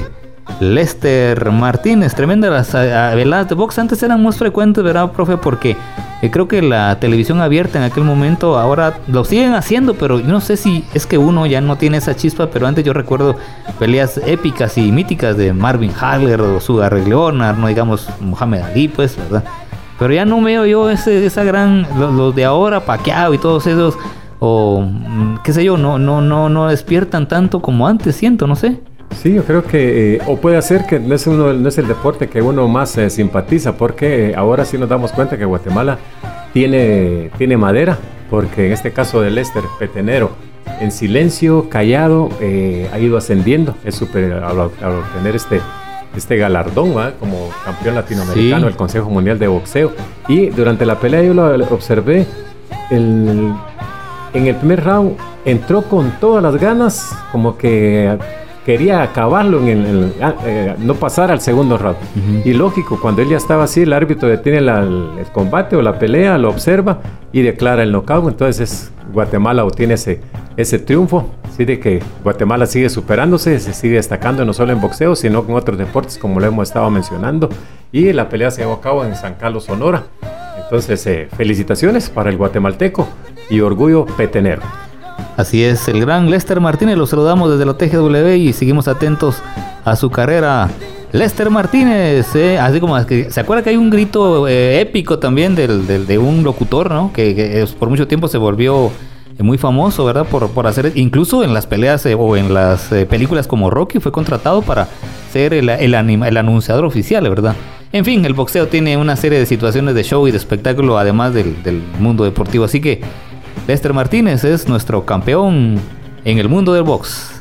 [SPEAKER 2] Lester Martínez. Tremenda las veladas de box. Antes eran más frecuentes, ¿verdad, profe? Porque creo que la televisión abierta en aquel momento, ahora lo siguen haciendo, pero yo no sé si es que uno ya no tiene esa chispa, pero antes yo recuerdo peleas épicas y míticas de Marvin Hagler o Sugar Ray Leonard, no digamos Muhammad Ali, pues, ¿verdad? Pero ya no veo yo esa gran, los de ahora, Pacquiao y todos esos, o qué sé yo, no despiertan tanto como antes, siento, no sé.
[SPEAKER 3] Sí, yo creo que, o puede ser que no es el deporte que uno más simpatiza, porque ahora sí nos damos cuenta que Guatemala tiene madera, porque en este caso de Lester, petenero, en silencio, callado, ha ido ascendiendo, al obtener este galardón, ¿va? Como campeón latinoamericano del Consejo Mundial de Boxeo. Y durante la pelea yo lo observé, en el primer round entró con todas las ganas, como que quería acabarlo, no pasar al segundo round. Y lógico, cuando él ya estaba así, el árbitro detiene el combate o la pelea, lo observa y declara el knockout. Entonces Guatemala obtiene ese triunfo, así de que Guatemala sigue superándose, se sigue destacando no solo en boxeo, sino en otros deportes como lo hemos estado mencionando. Y la pelea se llevó a cabo en San Carlos, Sonora. Entonces, felicitaciones para el guatemalteco y orgullo petenero.
[SPEAKER 2] Así es, el gran Lester Martínez, lo saludamos desde la TGW y seguimos atentos a su carrera. Lester Martínez, así como que se acuerda que hay un grito épico también de un locutor, ¿no? Que por mucho tiempo se volvió muy famoso, ¿verdad? Por hacer, incluso en las peleas o en las películas como Rocky, fue contratado para ser el anunciador oficial, ¿verdad? En fin, el boxeo tiene una serie de situaciones de show y de espectáculo, además del mundo deportivo, así que Lester Martínez es nuestro campeón en el mundo del box.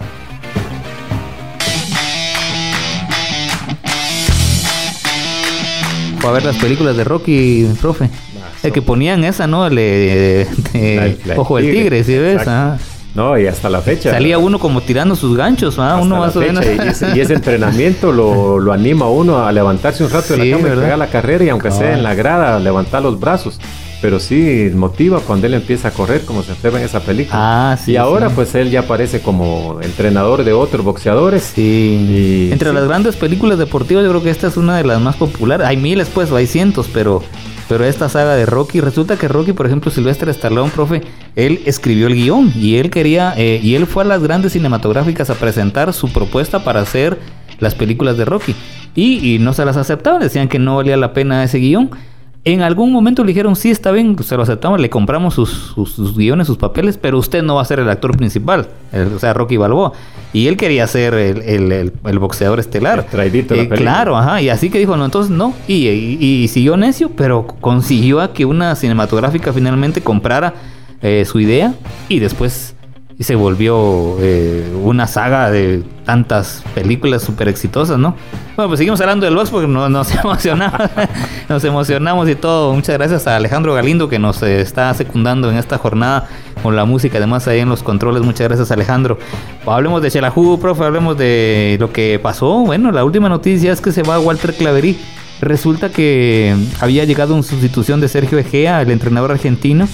[SPEAKER 2] Fue a ver las películas de Rocky, profe. El que ponían esa, ¿no? Ojo del tigre, ¿sí ves?
[SPEAKER 3] No, y hasta la fecha.
[SPEAKER 2] Salía uno como tirando sus ganchos, uno más o menos.
[SPEAKER 3] Y ese entrenamiento lo anima a uno a levantarse un rato de la cama y pegar la carrera, y aunque sea en la grada, levantar los brazos. Pero sí motiva cuando él empieza a correr, como se observa en esa película. Y ahora pues él ya aparece como entrenador de otros boxeadores.
[SPEAKER 2] Sí. Entre las grandes películas deportivas, yo creo que esta es una de las más populares. Hay miles, pues, o hay cientos, pero esta saga de Rocky, resulta que Rocky, por ejemplo, Sylvester Stallone, profe, él escribió el guión y él quería, y él fue a las grandes cinematográficas a presentar su propuesta para hacer las películas de Rocky. Y no se las aceptaban, decían que no valía la pena ese guión. En algún momento le dijeron, sí, está bien, se lo aceptamos, le compramos sus guiones, sus papeles, pero usted no va a ser el actor principal, o sea, Rocky Balboa. Y él quería ser el boxeador estelar.
[SPEAKER 3] El traidito de la película.
[SPEAKER 2] Claro, y así que dijo, no, entonces no. Y siguió necio, pero consiguió a que una cinematográfica finalmente comprara su idea y después y se volvió una saga de tantas películas súper exitosas, ¿no? Bueno, pues seguimos hablando del box porque nos emocionamos, nos emocionamos y todo. Muchas gracias a Alejandro Galindo que nos está secundando en esta jornada con la música, además ahí en los controles. Muchas gracias, Alejandro. Hablemos de Xelajú, profe, hablemos de lo que pasó. Bueno, la última noticia es que se va Walter Claverí. Resulta que había llegado en sustitución de Sergio Egea, el entrenador argentino,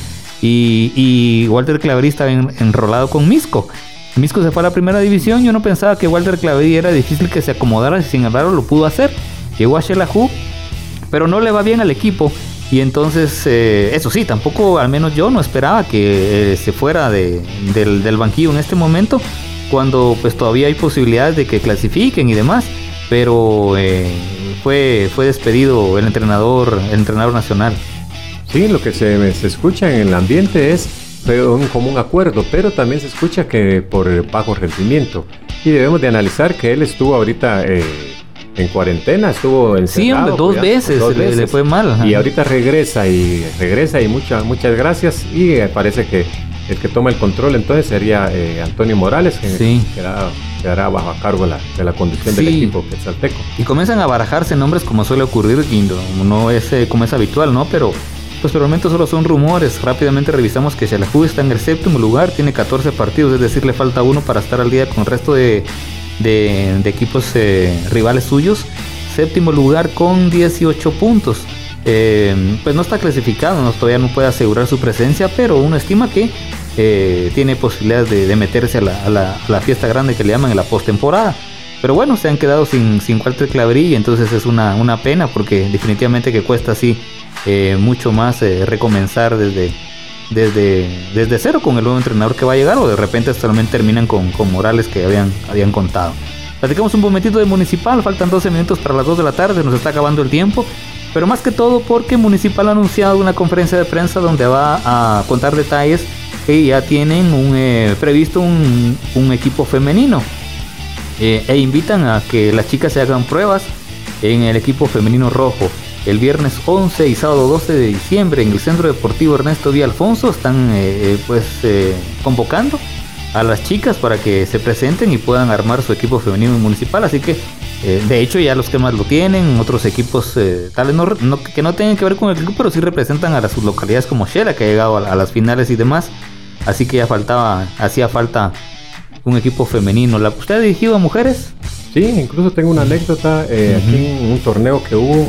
[SPEAKER 2] y Walter Claverí estaba enrolado con Misco. Misco se fue a la primera división. Yo no pensaba que Walter Claverí era difícil que se acomodara, sin embargo lo pudo hacer. Llegó a Xelajú, pero no le va bien al equipo. Y entonces, eso sí, tampoco, al menos yo no esperaba que se fuera del banquillo en este momento, cuando pues todavía hay posibilidades de que clasifiquen y demás. Pero fue despedido el entrenador nacional.
[SPEAKER 3] Sí, lo que se escucha en el ambiente es como un acuerdo, pero también se escucha que por bajo rendimiento. Y debemos de analizar que él estuvo ahorita en cuarentena, estuvo encerrado.
[SPEAKER 2] Sí, hombre, dos veces le fue mal. Ajá.
[SPEAKER 3] Y ahorita regresa y muchas gracias. Y parece que el que toma el control entonces sería Antonio Morales, que
[SPEAKER 2] sí
[SPEAKER 3] quedará bajo a cargo de la conducción del equipo quetzalteco.
[SPEAKER 2] Y comienzan a barajarse nombres como suele ocurrir, y no es como es habitual, ¿no? Pero pues por el momento solo son rumores. Rápidamente revisamos que Xelajú está en el 7º lugar, tiene 14 partidos, es decir, le falta uno para estar al día con el resto de equipos rivales suyos. 7º lugar con 18 puntos. Pues no está clasificado, todavía no puede asegurar su presencia, pero uno estima que tiene posibilidades de meterse a la fiesta grande que le llaman en la postemporada. Pero bueno, se han quedado sin Walter Claverí, y entonces es una pena, porque definitivamente que cuesta así mucho más recomenzar desde cero con el nuevo entrenador que va a llegar, o de repente solamente terminan con Morales, que habían contado. Platicamos un momentito de Municipal, faltan 12 minutos para las 2 de la tarde, nos está acabando el tiempo, pero más que todo porque Municipal ha anunciado una conferencia de prensa donde va a contar detalles que ya tienen previsto un equipo femenino, e invitan a que las chicas se hagan pruebas en el equipo femenino rojo. El viernes 11 y sábado 12 de diciembre en el Centro Deportivo Ernesto Díaz Alfonso están convocando a las chicas para que se presenten y puedan armar su equipo femenino municipal. Así que de hecho ya los que más lo tienen, otros equipos tales que no tengan que ver con el club, pero sí representan a sus localidades, como Xela, que ha llegado a las finales y demás. Así que hacía falta un equipo femenino. ¿Usted ha dirigido a mujeres?
[SPEAKER 3] Sí, incluso tengo una anécdota aquí en un torneo que hubo.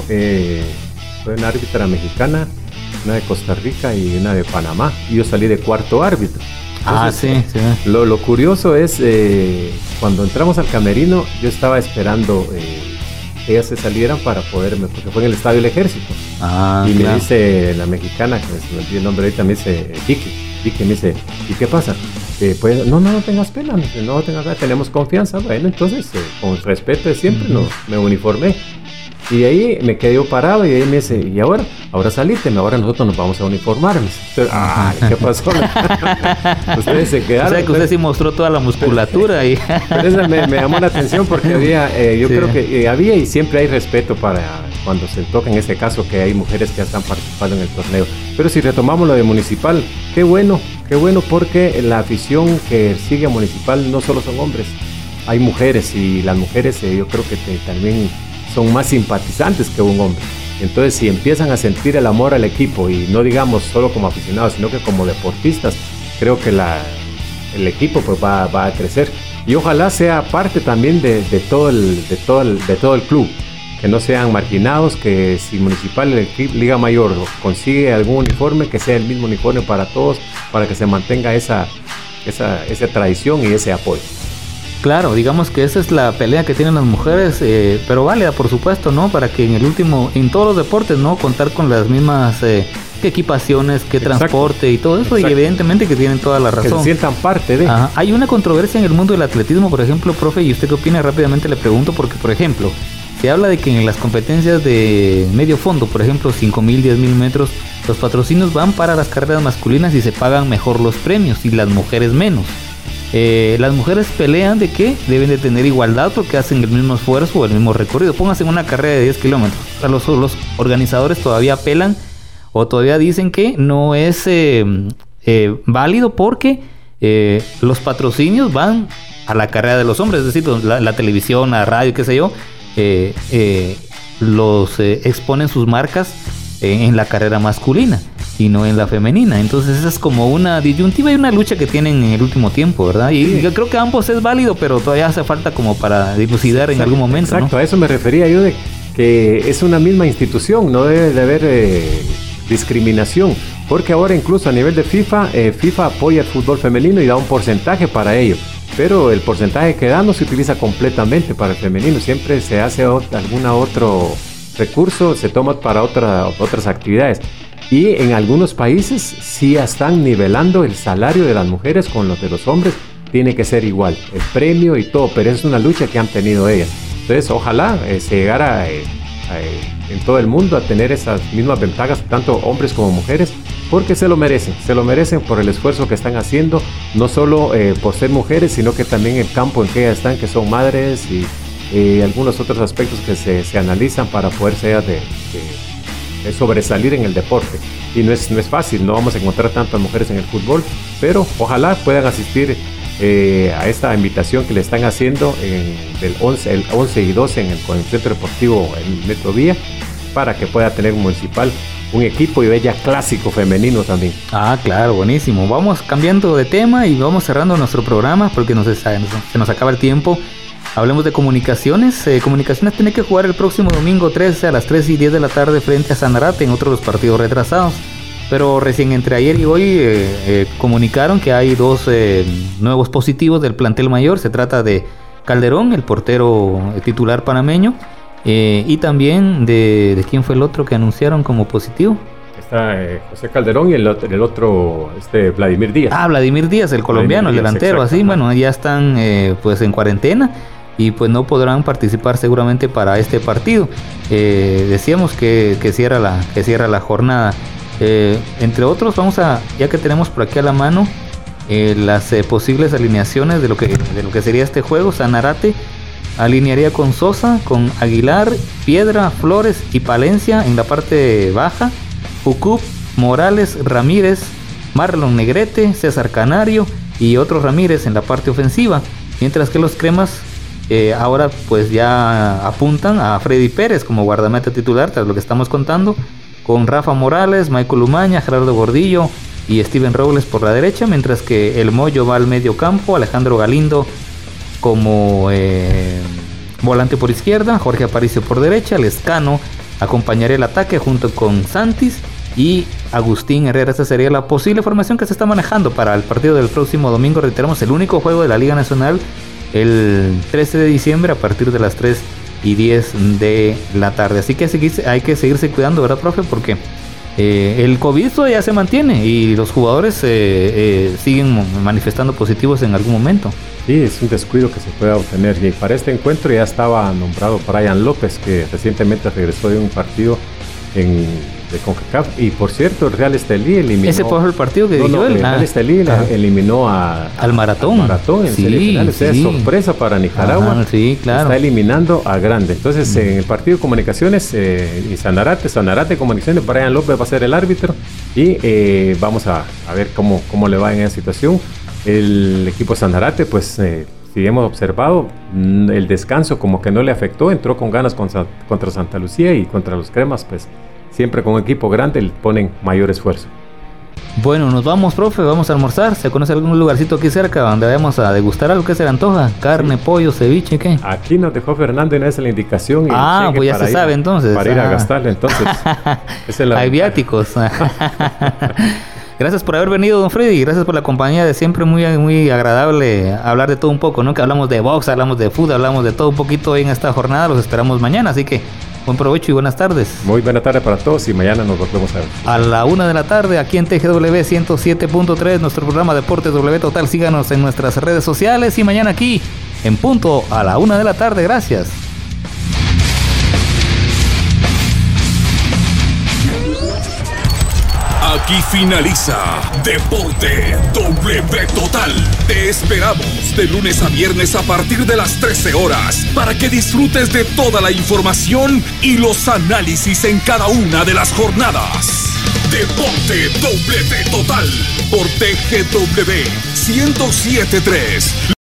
[SPEAKER 3] Fue una árbitra mexicana, una de Costa Rica y una de Panamá, y yo salí de cuarto árbitro. Entonces, sí. Lo curioso es, cuando entramos al camerino, yo estaba esperando que ellas se salieran para poderme, porque fue en el Estadio del Ejército. Y me dice la mexicana, que se me olvidó el nombre ahorita, me dice Vicky, me dice, ¿y qué pasa? Pues no tengas pena, no tengas pena, tenemos confianza. Bueno, entonces, con respeto de siempre, me uniformé. Y ahí me quedé parado, y ahí me dice, ¿y ahora? Ahora salite, ahora nosotros nos vamos a uniformar. Entonces, ¿qué pasó? Ustedes se quedaron.
[SPEAKER 2] O sea, que usted sí mostró toda la musculatura. Y
[SPEAKER 3] pero eso me llamó la atención, porque había, creo que había y siempre hay respeto para cuando se toca, en este caso, que hay mujeres que ya están participando en el torneo. Pero si retomamos lo de Municipal, qué bueno, porque la afición que sigue a Municipal no solo son hombres, hay mujeres, y las mujeres yo creo que también son más simpatizantes que un hombre. Entonces, si empiezan a sentir el amor al equipo, y no digamos solo como aficionados, sino que como deportistas, creo que el equipo pues va a crecer, y ojalá sea parte también de todo el club, que no sean marginados, que si Municipal, el equipo Liga Mayor, consigue algún uniforme, que sea el mismo uniforme para todos, para que se mantenga esa tradición y ese apoyo.
[SPEAKER 2] Claro, digamos que esa es la pelea que tienen las mujeres, pero válida, por supuesto, ¿no? Para que en todos los deportes, ¿no? Contar con las mismas que equipaciones, que transporte y todo eso. Exacto. Y evidentemente que tienen toda la razón.
[SPEAKER 3] Que se sientan parte de.
[SPEAKER 2] Ajá. Hay una controversia en el mundo del atletismo, por ejemplo, profe, y usted qué opina, rápidamente le pregunto, porque, por ejemplo, se habla de que en las competencias de medio fondo, por ejemplo, 5,000, 10,000 metros, los patrocinios van para las carreras masculinas y se pagan mejor los premios, y las mujeres menos. Las mujeres pelean de que deben de tener igualdad porque hacen el mismo esfuerzo o el mismo recorrido. Pónganse en una carrera de 10 kilómetros. Los organizadores todavía apelan o todavía dicen que no es válido porque los patrocinios van a la carrera de los hombres, es decir, la televisión, la radio, qué sé yo, los exponen sus marcas en la carrera masculina y no en la femenina. Entonces esa es como una disyuntiva y una lucha que tienen en el último tiempo, ¿verdad? Y sí, yo creo que ambos es válido, pero todavía hace falta como para dilucidar en algún momento.
[SPEAKER 3] Exacto,
[SPEAKER 2] ¿no?
[SPEAKER 3] A eso me refería yo, de que es una misma institución, no debe de haber discriminación, porque ahora incluso a nivel de FIFA, FIFA apoya el fútbol femenino y da un porcentaje para ello, pero el porcentaje que da no se utiliza completamente para el femenino, siempre se hace algún otro recurso, se toma para otras actividades. Y en algunos países sí están nivelando el salario de las mujeres con los de los hombres, tiene que ser igual, el premio y todo, pero es una lucha que han tenido ellas. Entonces ojalá se llegara en todo el mundo a tener esas mismas ventajas, tanto hombres como mujeres, porque se lo merecen por el esfuerzo que están haciendo, no solo por ser mujeres, sino que también el campo en que ellas están, que son madres y algunos otros aspectos que se analizan para poder de sobresalir en el deporte. Y no es fácil, no vamos a encontrar tantas mujeres en el fútbol, pero ojalá puedan asistir a esta invitación que le están haciendo el 11 y 12 con el Centro Deportivo en Metrovía, para que pueda tener Municipal un equipo y bella clásico femenino también.
[SPEAKER 2] Ah, claro, buenísimo. Vamos cambiando de tema y vamos cerrando nuestro programa porque se nos acaba el tiempo. Hablemos de Comunicaciones. Comunicaciones tiene que jugar el próximo domingo 13 a las 3:10 de la tarde frente a Sanarate en otro de los partidos retrasados. Pero recién entre ayer y hoy comunicaron que hay 2 nuevos positivos del plantel mayor. Se trata de Calderón, el portero titular panameño, y también de ¿quién fue el otro que anunciaron como positivo?
[SPEAKER 3] Está José Calderón y el otro Vladimir Díaz. Ah,
[SPEAKER 2] Vladimir Díaz, el colombiano, el delantero. Así, bueno, ya están pues en cuarentena y pues no podrán participar seguramente para este partido. Decíamos que cierra la jornada. Entre otros, ya que tenemos por aquí a la mano las posibles alineaciones de lo que sería este juego. Sanarate alinearía con Sosa, con Aguilar, Piedra, Flores y Palencia en la parte baja, Ucup, Morales, Ramírez, Marlon Negrete, César Canario y otros Ramírez en la parte ofensiva, mientras que los cremas ahora pues ya apuntan a Freddy Pérez como guardameta titular, tras lo que estamos contando, con Rafa Morales, Michael Umaña, Gerardo Gordillo y Steven Robles por la derecha, mientras que el Moyo va al medio campo, Alejandro Galindo como volante por izquierda, Jorge Aparicio por derecha, Lescano acompañaría el ataque junto con Santis y Agustín Herrera. Esta sería la posible formación que se está manejando para el partido del próximo domingo. Reiteramos, el único juego de la Liga Nacional el 13 de diciembre a partir de las 3:10 de la tarde. Así que hay que seguirse cuidando, ¿verdad, profe? Porque el COVID ya se mantiene y los jugadores siguen manifestando positivos en algún momento.
[SPEAKER 3] Sí, es un descuido que se puede obtener. Y para este encuentro ya estaba nombrado Brian López, que recientemente regresó de un partido de CONCACAF. Y por cierto, el Real Estelí eliminó...
[SPEAKER 2] Ese fue el partido que dijo él.
[SPEAKER 3] El Real Estelí eliminó al Maratón. En serie final. O sea, es sorpresa para Nicaragua.
[SPEAKER 2] Ajá, sí, claro.
[SPEAKER 3] Está eliminando a Grande. Entonces, en el partido de Comunicaciones y Sanarate Comunicaciones, Brian López va a ser el árbitro. Y vamos a ver cómo le va en esa situación. El equipo Sanarate, pues, si hemos observado, el descanso como que no le afectó, entró con ganas contra Santa Lucía, y contra los cremas, pues, siempre con un equipo grande le ponen mayor esfuerzo.
[SPEAKER 2] Bueno, nos vamos, profe, vamos a almorzar. ¿Se conoce algún lugarcito aquí cerca donde vayamos a degustar algo que se le antoja? Carne, pollo, ceviche, ¿qué?
[SPEAKER 3] Aquí nos dejó Fernando y no es la indicación.
[SPEAKER 2] Pues ya se sabe entonces.
[SPEAKER 3] Para ir a gastarle, entonces.
[SPEAKER 2] Hay viáticos. Gracias por haber venido, don Freddy. Gracias por la compañía de siempre. Muy, muy agradable hablar de todo un poco, ¿no? Que hablamos de box, hablamos de fútbol, hablamos de todo un poquito en esta jornada. Los esperamos mañana, así que buen provecho y buenas tardes.
[SPEAKER 3] Muy buena tarde para todos y mañana nos volvemos a ver.
[SPEAKER 2] A la 1 de la tarde aquí en TGW 107.3, nuestro programa Deportes W Total. Síganos en nuestras redes sociales y mañana aquí en punto a la 1 de la tarde. Gracias.
[SPEAKER 1] Aquí finaliza Deporte W Total. Te esperamos de lunes a viernes a partir de las 13 horas para que disfrutes de toda la información y los análisis en cada una de las jornadas. Deporte W Total por TGW 107.3.